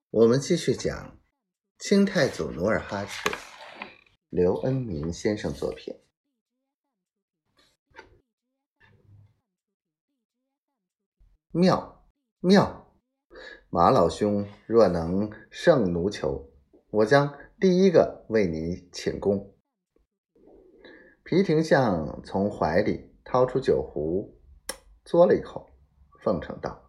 我们继续讲清太祖努尔哈赤，刘恩明先生作品。妙妙，马老兄若能胜奴酋，我将第一个为你请功。皮廷相从怀里掏出酒壶，嘬了一口，奉承道：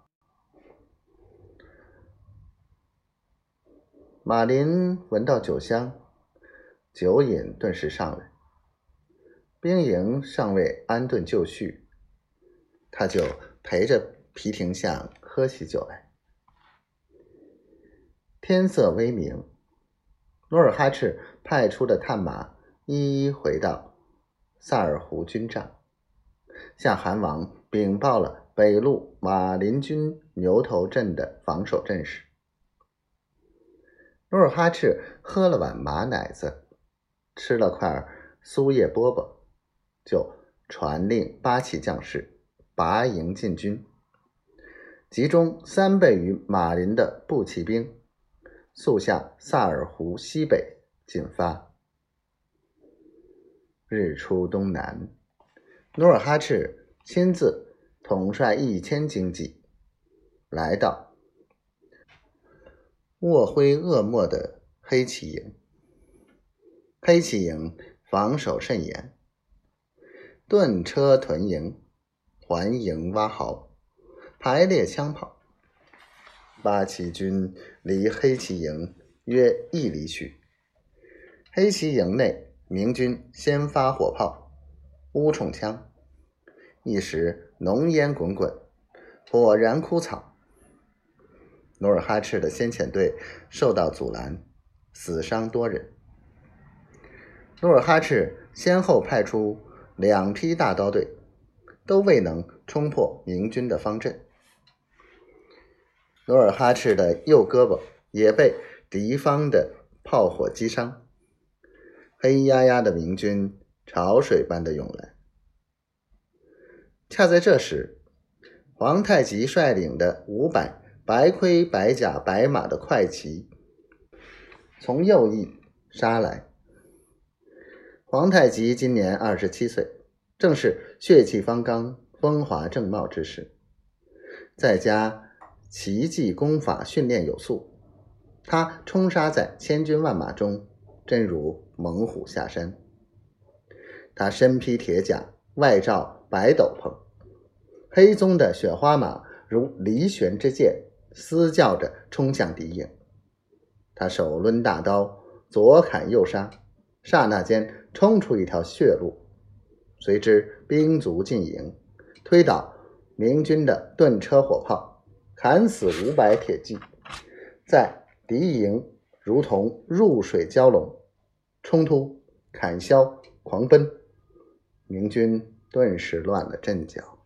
马林闻到酒香，酒瘾顿时上来。兵营尚未安顿就绪，他就陪着皮廷相喝起酒来。天色微明，努尔哈赤派出的探马一一回到萨尔湖军帐，向韩王禀报了北路马林军牛头镇的防守阵势。努尔哈赤喝了碗马奶子，吃了块酥叶饽饽，就传令8旗将士拔营进军，集中3倍于马林的步骑兵，速向萨尔湖西北进发。日出东南，努尔哈赤亲自统帅1000精骑，来到卧灰恶没的黑旗营。黑旗营防守甚严，盾车屯营，环营挖壕，排列枪炮。8旗军离黑旗营约1里许。黑旗营内，明军先发火炮、乌冲枪，一时浓烟滚滚，火燃枯草。努尔哈赤的先遣队受到阻拦，死伤多人。努尔哈赤先后派出2批大刀队，都未能冲破明军的方阵。努尔哈赤的右胳膊也被敌方的炮火击伤，黑压压的明军潮水般的涌来。恰在这时，皇太极率领的500白盔白甲白马的快骑从右翼杀来。皇太极今年27岁，正是血气方刚、风华正茂之时，在家奇技功法训练有素，他冲杀在千军万马中，真如猛虎下山。他身披铁甲，外罩白斗篷，黑鬃的雪花马如离弦之箭，嘶叫着冲向敌营。他手抡大刀，左砍右杀，刹那间冲出一条血路，随之兵卒进营，推倒明军的盾车火炮，砍死500铁骑，在敌营如同入水蛟龙，冲突砍削狂奔，明军顿时乱了阵脚。